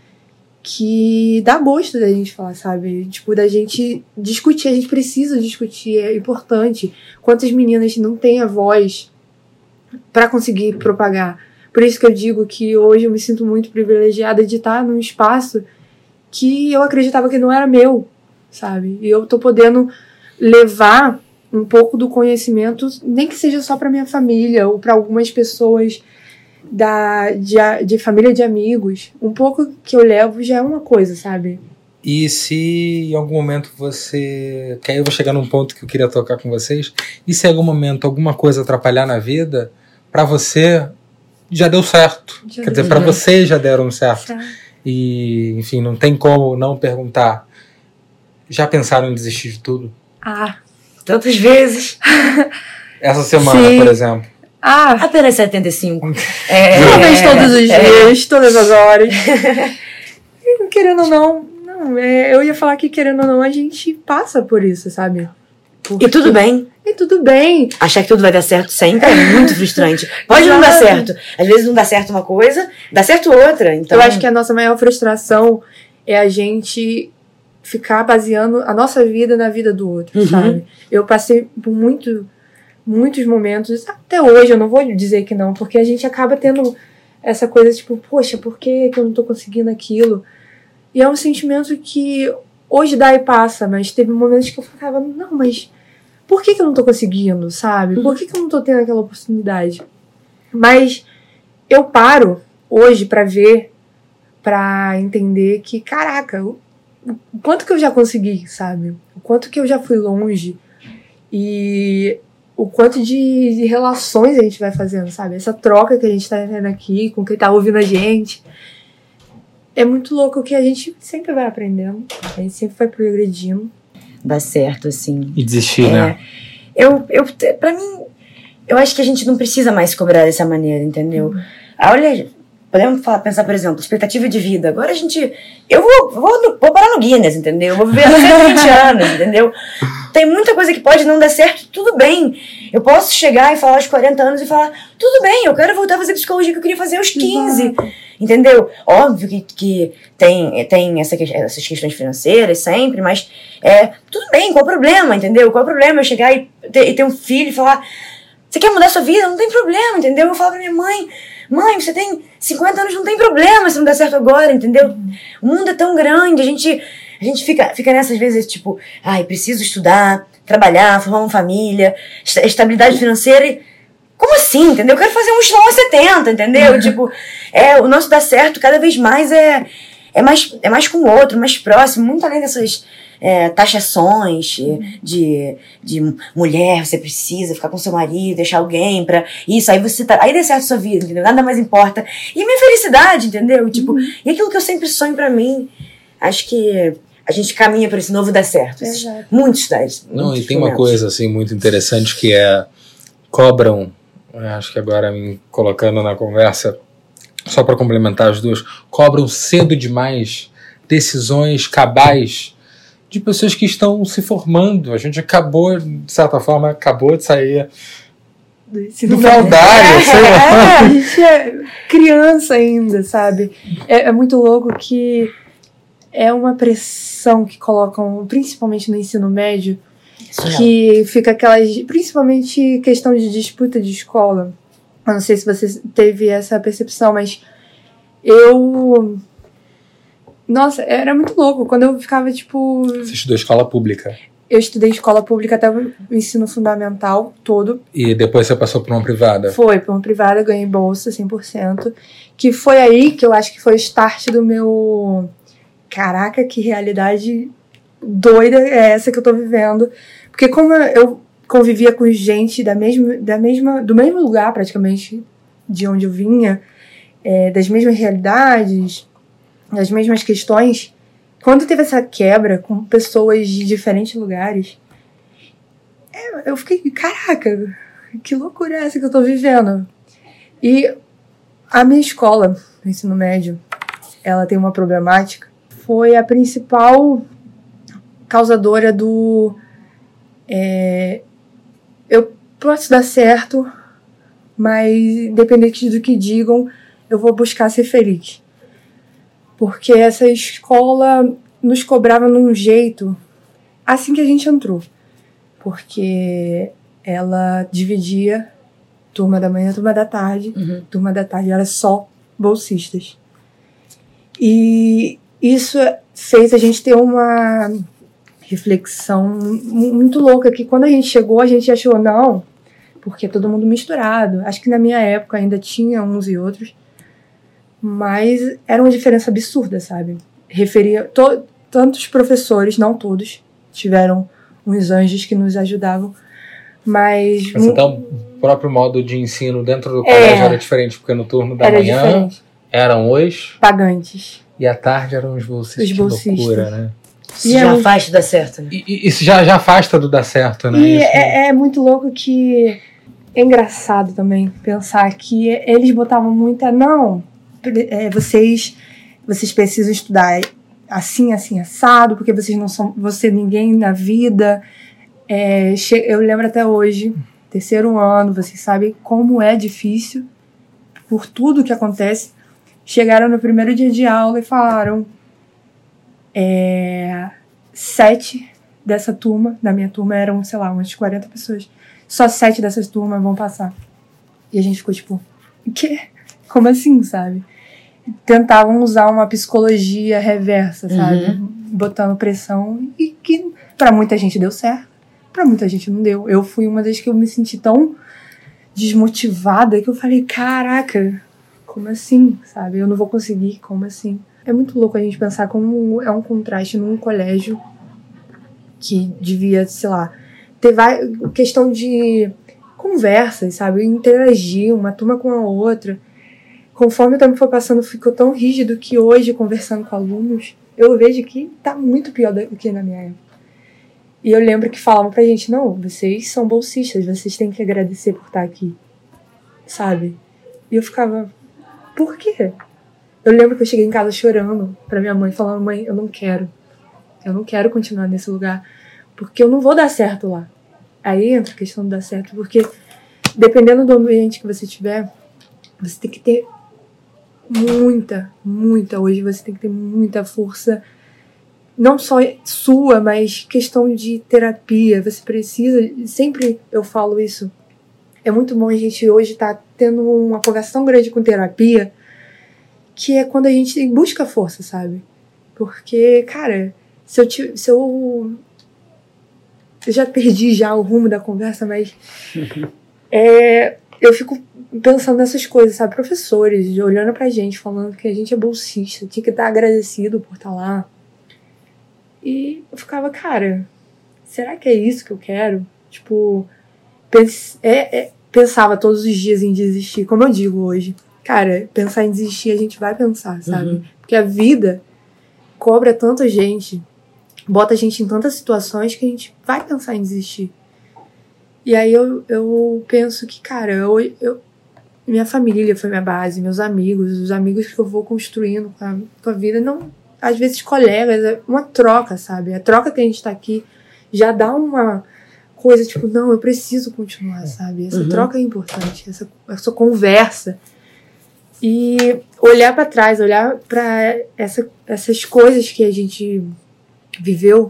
que dá gosto da gente falar, sabe? Tipo, da gente discutir. A gente precisa discutir, é importante. Quantas meninas não têm a voz para conseguir propagar. Por isso que eu digo que hoje eu me sinto muito privilegiada de estar num espaço que eu acreditava que não era meu, sabe? E eu tô podendo levar um pouco do conhecimento, nem que seja só para minha família ou para algumas pessoas da, de, de família de amigos. Um pouco que eu levo já é uma coisa, sabe? E se em algum momento você... Que aí eu vou chegar num ponto que eu queria tocar com vocês. E se em algum momento alguma coisa atrapalhar na vida, pra você já deu certo. Já Quer deu. dizer, pra vocês já deram certo. certo. E, enfim, não tem como não perguntar. Já pensaram em desistir de tudo? Ah, tantas vezes. Essa semana, Sim. por exemplo. Ah, apenas setenta e cinco. É, talvez é, todos os é. dias, todas as horas. Querendo ou não... Não, é, eu ia falar que, querendo ou não, a gente passa por isso, sabe? Porque... E tudo bem. E tudo bem. Achar que tudo vai dar certo sempre é muito frustrante. Pode não dar certo. Às vezes não dá certo uma coisa, dá certo outra. Então... Eu acho que a nossa maior frustração é a gente ficar baseando a nossa vida na vida do outro, uhum. sabe? Eu passei por muito, muitos momentos, até hoje, eu não vou dizer que não, porque a gente acaba tendo essa coisa tipo, poxa, por que eu não tô conseguindo aquilo? E é um sentimento que hoje dá e passa, mas teve momentos que eu ficava, não, mas por que, que eu não tô conseguindo, sabe? Por que, que eu não tô tendo aquela oportunidade? Mas eu paro hoje pra ver, pra entender que, caraca, o, o quanto que eu já consegui, sabe? O quanto que eu já fui longe e o quanto de, de relações a gente vai fazendo, sabe? Essa troca que a gente tá tendo aqui com quem tá ouvindo a gente. É muito louco que a gente sempre vai aprendendo, a gente sempre vai progredindo. Dá certo, assim. E desistir, é, né? Eu, eu, pra mim, eu acho que a gente não precisa mais cobrar dessa maneira, entendeu? Uhum. Olha, podemos falar, pensar, por exemplo, expectativa de vida. Agora a gente... Eu vou, vou, vou parar no Guinness, entendeu? Eu vou viver cento e vinte anos, entendeu? Tem muita coisa que pode não dar certo, tudo bem. Eu posso chegar e falar aos quarenta anos e falar, tudo bem, eu quero voltar a fazer psicologia que eu queria fazer aos quinze. Uhum. Entendeu? Óbvio que, que tem, tem essa, essas questões financeiras sempre, mas é, tudo bem, qual o problema, entendeu? Qual o problema eu chegar e ter, e ter um filho e falar, você quer mudar sua vida? Não tem problema, entendeu? Eu falo pra minha mãe, mãe, você tem cinquenta anos, não tem problema se não der certo agora, entendeu? Uhum. O mundo é tão grande, a gente, a gente fica, fica nessas vezes tipo, ai, preciso estudar, trabalhar, formar uma família, estabilidade financeira e... Como assim, entendeu? Eu quero fazer um estilão a setenta, entendeu? Uhum. Tipo, é, o nosso dar certo cada vez mais é, é, mais, é mais com o outro, mais próximo, muito além dessas é, taxações uhum. de, de mulher, você precisa ficar com seu marido, deixar alguém pra isso, aí você tá, aí dê certo a sua vida, entendeu? Nada mais importa. E a minha felicidade, entendeu? Tipo, uhum. e aquilo que eu sempre sonho pra mim, acho que a gente caminha pra esse novo dar certo. Exato. Muitos das. Não, e tem uma coisa assim muito interessante que é cobram. Acho que agora me colocando na conversa, só para complementar as duas, cobram cedo demais decisões cabais de pessoas que estão se formando. A gente acabou, de certa forma, acabou de sair do fraldário. É, é, a gente é criança ainda, sabe? É, é muito louco que é uma pressão que colocam, principalmente no ensino médio, que fica aquelas, principalmente questão de disputa de escola. Eu não sei se você teve essa percepção, mas eu... Nossa, era muito louco. Quando eu ficava, tipo... Você estudou escola pública? Eu estudei escola pública até o ensino fundamental todo. E depois você passou por uma privada? Foi, por uma privada, ganhei bolsa cem por cento. Que foi aí que eu acho que foi o start do meu... Caraca, que realidade doida é essa que eu tô vivendo. Porque como eu convivia com gente da mesma, da mesma, do mesmo lugar, praticamente, de onde eu vinha, é, das mesmas realidades, das mesmas questões, quando teve essa quebra com pessoas de diferentes lugares, é, eu fiquei, caraca, que loucura é essa que eu tô vivendo? E a minha escola, no ensino médio, ela tem uma problemática, foi a principal causadora do... É, eu posso dar certo, mas independente do que digam, eu vou buscar ser feliz. Porque essa escola nos cobrava num jeito assim que a gente entrou. Porque ela dividia turma da manhã, turma da tarde. Uhum. Turma da tarde era só bolsistas. E isso fez a gente ter uma reflexão muito louca, que quando a gente chegou, a gente achou, não, porque é todo mundo misturado. Acho que na minha época ainda tinha uns e outros, mas era uma diferença absurda, sabe? Referia... To, tantos professores, não todos, tiveram uns anjos que nos ajudavam, mas... Mas então, o próprio modo de ensino dentro do colégio é, era diferente, porque no turno da manhã diferente. Eram os... pagantes. E à tarde eram os bolsistas. Os bolsistas. Loucura, né? Isso já é afasta do dar certo. Né? E, isso já, já afasta do dar certo, né? E isso, é, é muito louco que... É engraçado também pensar que eles botavam muita... Não, é, vocês, vocês precisam estudar assim, assim, assado, porque vocês não são você ninguém na vida. É, eu lembro até hoje, terceiro ano, vocês sabem como é difícil, por tudo que acontece. Chegaram no primeiro dia de aula e falaram é, sete dessa turma, na minha turma eram, sei lá, umas quarenta pessoas, só sete dessas turmas vão passar. E a gente ficou tipo, o quê? Como assim, sabe? Tentavam usar uma psicologia reversa, sabe? Uhum. Botando pressão, e que pra muita gente deu certo, pra muita gente não deu. Eu fui uma das que eu me senti tão desmotivada que eu falei, caraca, como assim, sabe? Eu não vou conseguir, como assim? É muito louco a gente pensar como é um contraste num colégio que devia, sei lá, ter vai, questão de conversas, sabe? Interagir uma turma com a outra. Conforme o tempo foi passando, ficou tão rígido que hoje, conversando com alunos, eu vejo que tá muito pior do que na minha época. E eu lembro que falavam pra gente, não, vocês são bolsistas, vocês têm que agradecer por estar aqui, sabe? E eu ficava, por quê? Eu lembro que eu cheguei em casa chorando pra minha mãe, falando, mãe, eu não quero. Eu não quero continuar nesse lugar, porque eu não vou dar certo lá. Aí entra a questão de dar certo, porque dependendo do ambiente que você tiver, você tem que ter muita, muita, hoje você tem que ter muita força, não só sua, mas questão de terapia, você precisa, sempre eu falo isso, é muito bom a gente hoje estar tá tendo uma conversa tão grande com terapia, que é quando a gente busca força, sabe? Porque, cara, se eu, te, se eu, eu já perdi já o rumo da conversa, mas é, eu fico pensando nessas coisas, sabe? Professores olhando pra gente, falando que a gente é bolsista, tinha que estar agradecido por estar lá. E eu ficava, cara, será que é isso que eu quero? Tipo, pense, é, é, pensava todos os dias em desistir, como eu digo hoje. Cara, pensar em desistir, a gente vai pensar, sabe? Uhum. Porque a vida cobra tanta gente, bota a gente em tantas situações que a gente vai pensar em desistir. E aí eu, eu penso que, cara, eu, eu, minha família foi minha base, meus amigos, os amigos que eu vou construindo com a, com a vida, não, às vezes colegas, é uma troca, sabe? A troca que a gente tá aqui já dá uma coisa, tipo, não, eu preciso continuar, sabe? Essa uhum. troca é importante, essa, essa conversa. E olhar pra trás, olhar pra essa, essas coisas que a gente viveu,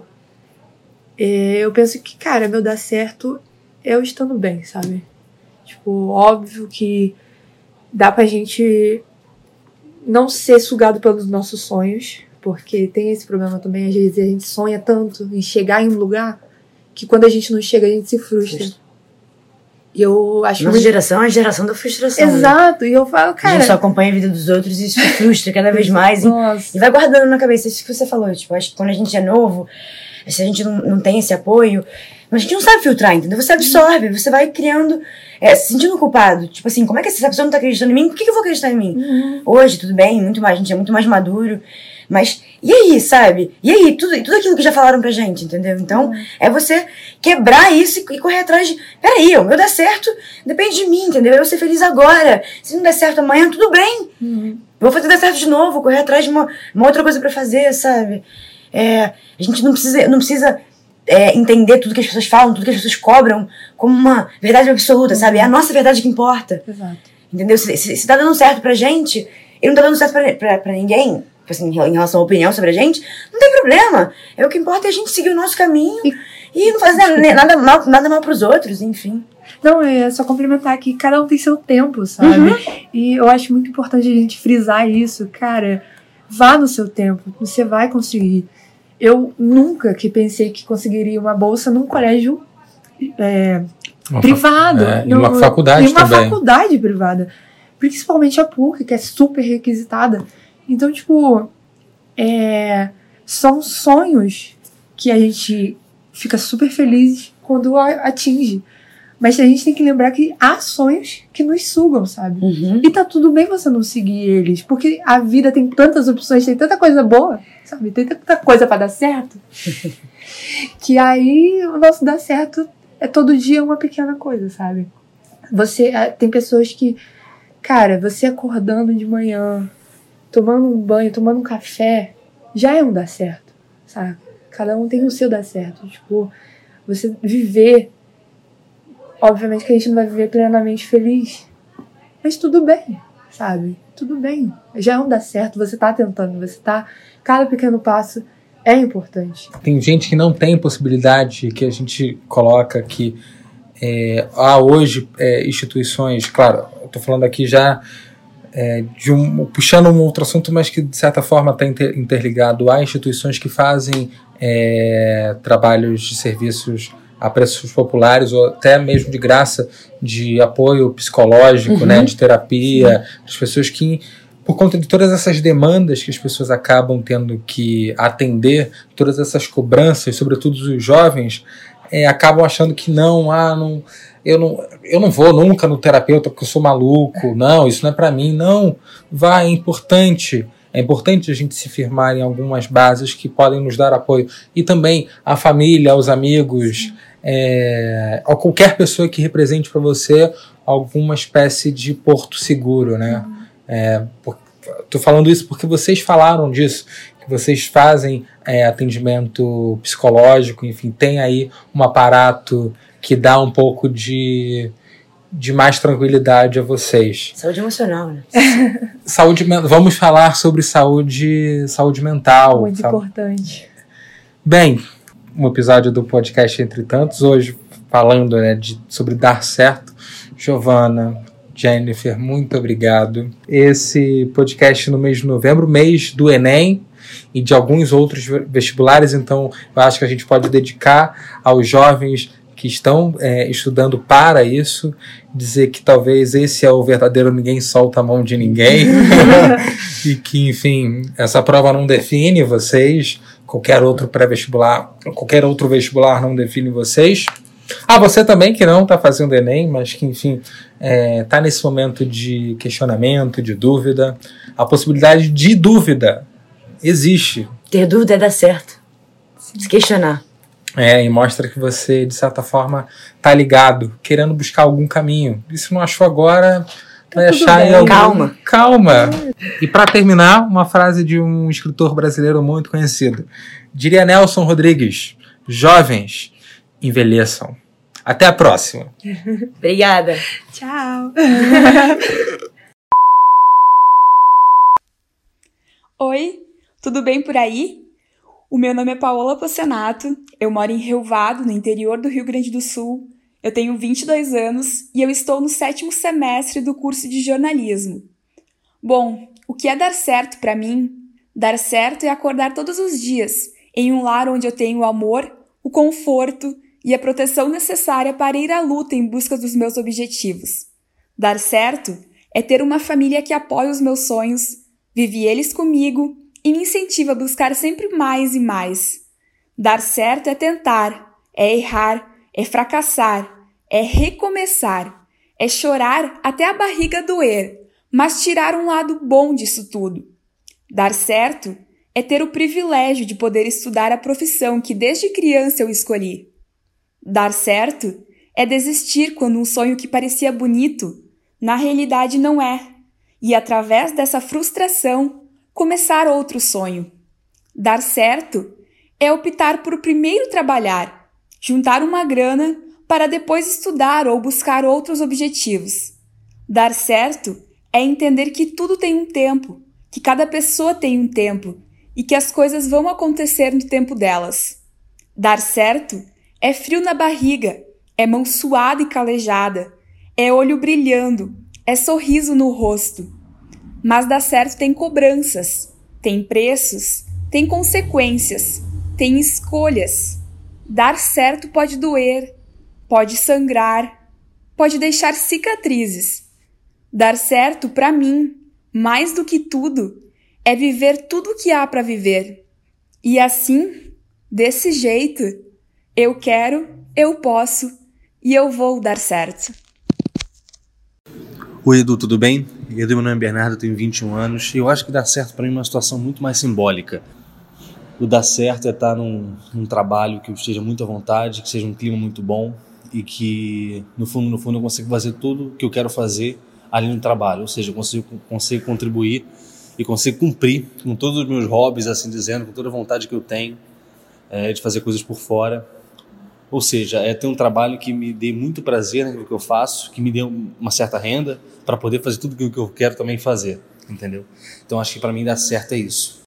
é, eu penso que, cara, meu dar certo é eu estando bem, sabe? Tipo, óbvio que dá pra gente não ser sugado pelos nossos sonhos, porque tem esse problema também, às vezes a gente sonha tanto em chegar em um lugar que quando a gente não chega a gente se frustra. Frustra. E eu acho Nossa muito... geração é a geração da frustração. Exato, né? E eu falo, cara... A gente só acompanha a vida dos outros e se frustra cada vez mais. E, e vai guardando na cabeça isso que você falou. Tipo, acho que quando a gente é novo, se a gente não, não tem esse apoio, a gente não sabe filtrar, entendeu? Você absorve, você vai criando, é, se sentindo culpado. Tipo assim, como é que essa pessoa não tá acreditando em mim? Por que, que eu vou acreditar em mim? Uhum. Hoje, tudo bem, muito mais, a gente é muito mais maduro. Mas, e aí, sabe? E aí, tudo, tudo aquilo que já falaram pra gente, entendeu? Então, uhum. é você quebrar isso e correr atrás de... Peraí, o meu dar certo depende de mim, entendeu? Eu vou ser feliz agora. Se não der certo amanhã, tudo bem. Uhum. Vou fazer dar certo de novo, correr atrás de uma, uma outra coisa pra fazer, sabe? É, a gente não precisa... Não precisa É, entender tudo que as pessoas falam, tudo que as pessoas cobram como uma verdade absoluta, uhum. sabe? É a nossa verdade que importa. Exato. Entendeu? Se, se, se tá dando certo pra gente e não tá dando certo pra, pra, pra ninguém, assim, em relação à opinião sobre a gente, não tem problema. É o que importa é a gente seguir o nosso caminho e, e não fazer nada mal, nada mal pros outros, enfim. Não, é só complementar que cada um tem seu tempo, sabe? Uhum. E eu acho muito importante a gente frisar isso. Cara, vá no seu tempo, você vai conseguir. Eu nunca que pensei que conseguiria uma bolsa num colégio é, uma privado. Fa- é, no, em uma faculdade em uma também. faculdade privada. Principalmente a P U C, que é super requisitada. Então, tipo, é, são sonhos que a gente fica super feliz quando a, atinge. Mas a gente tem que lembrar que há sonhos que nos sugam, sabe? Uhum. E tá tudo bem você não seguir eles, porque a vida tem tantas opções, tem tanta coisa boa, sabe? Tem tanta coisa pra dar certo, que aí o nosso dar certo é todo dia uma pequena coisa, sabe? Você, tem pessoas que, cara, você acordando de manhã, tomando um banho, tomando um café, já é um dar certo, sabe? Cada um tem o seu dar certo. Tipo, você viver... Obviamente que a gente não vai viver plenamente feliz, mas tudo bem, sabe? Tudo bem. Já não dá certo, você tá tentando, você tá... Cada pequeno passo é importante. Tem gente que não tem possibilidade, que a gente coloca que é, há hoje é, instituições, claro, eu tô falando aqui já é, de um, puxando um outro assunto, mas que de certa forma está inter, interligado a instituições que fazem é, trabalhos de serviços a preços populares ou até mesmo de graça, de apoio psicológico, uhum. né, de terapia, as pessoas que, por conta de todas essas demandas que as pessoas acabam tendo que atender, todas essas cobranças, sobretudo os jovens, é, acabam achando que não, ah, não, eu não, eu não vou nunca no terapeuta porque eu sou maluco, não, isso não é para mim, não, vai, é importante. É importante a gente se firmar em algumas bases que podem nos dar apoio. E também a família, os amigos, é, ou qualquer pessoa que represente para você alguma espécie de porto seguro, né? Uhum. É, tô falando isso porque vocês falaram disso, que vocês fazem é, atendimento psicológico, enfim, tem aí um aparato que dá um pouco de... de mais tranquilidade a vocês. Saúde emocional, né? Saúde, vamos falar sobre saúde, saúde mental. Muito sabe? Importante. Bem, um episódio do podcast Entre Tantos, hoje falando, né, de, sobre dar certo. Giovana, Jennifer, muito obrigado. Esse podcast no mês de novembro, mês do Enem e de alguns outros vestibulares, então eu acho que a gente pode dedicar aos jovens que estão é, estudando para isso, dizer que talvez esse é o verdadeiro ninguém solta a mão de ninguém, e que, enfim, essa prova não define vocês, qualquer outro pré-vestibular, qualquer outro vestibular não define vocês. Ah, você também que não está fazendo Enem, mas que, enfim, está é, nesse momento de questionamento, de dúvida. A possibilidade de dúvida existe. Ter dúvida é dar certo. Sim. Se questionar. É, e mostra que você, de certa forma, tá ligado, querendo buscar algum caminho. E se não achou agora, tá vai achar aí algum... Calma. Calma. E para terminar, uma frase de um escritor brasileiro muito conhecido. Diria Nelson Rodrigues: jovens, envelheçam. Até a próxima. Obrigada. Tchau. Oi, tudo bem por aí? O meu nome é Paola Pocenato, eu moro em Relvado, no interior do Rio Grande do Sul. Eu tenho vinte e dois anos e eu estou no sétimo semestre do curso de jornalismo. Bom, o que é dar certo para mim? Dar certo é acordar todos os dias em um lar onde eu tenho o amor, o conforto e a proteção necessária para ir à luta em busca dos meus objetivos. Dar certo é ter uma família que apoia os meus sonhos, vive eles comigo e me incentiva a buscar sempre mais e mais. Dar certo é tentar, é errar, é fracassar, é recomeçar, é chorar até a barriga doer, mas tirar um lado bom disso tudo. Dar certo é ter o privilégio de poder estudar a profissão que desde criança eu escolhi. Dar certo é desistir quando um sonho que parecia bonito, na realidade não é, e através dessa frustração, começar outro sonho. Dar certo é optar por primeiro trabalhar, juntar uma grana para depois estudar ou buscar outros objetivos. Dar certo é entender que tudo tem um tempo, que cada pessoa tem um tempo e que as coisas vão acontecer no tempo delas. Dar certo é frio na barriga, é mão suada e calejada, é olho brilhando, é sorriso no rosto. Mas dar certo tem cobranças, tem preços, tem consequências. tem escolhas. Dar certo pode doer, pode sangrar, pode deixar cicatrizes. Dar certo, para mim, mais do que tudo, é viver tudo o que há para viver. E assim, desse jeito, eu quero, eu posso e eu vou dar certo. Oi, Edu, tudo bem? Edu, meu nome é Bernardo, eu tenho vinte e um anos e eu acho que dar certo para mim é uma situação muito mais simbólica. O dar certo é estar num, num trabalho que eu esteja muito à vontade, que seja um clima muito bom e que, no fundo, no fundo, eu consigo fazer tudo o que eu quero fazer ali no trabalho. Ou seja, eu consigo, consigo contribuir e consigo cumprir com todos os meus hobbies, assim dizendo, com toda a vontade que eu tenho é, de fazer coisas por fora. Ou seja, é ter um trabalho que me dê muito prazer naquilo que eu faço, que me dê uma certa renda para poder fazer tudo o que eu quero também fazer, entendeu? Então, acho que para mim dar certo é isso.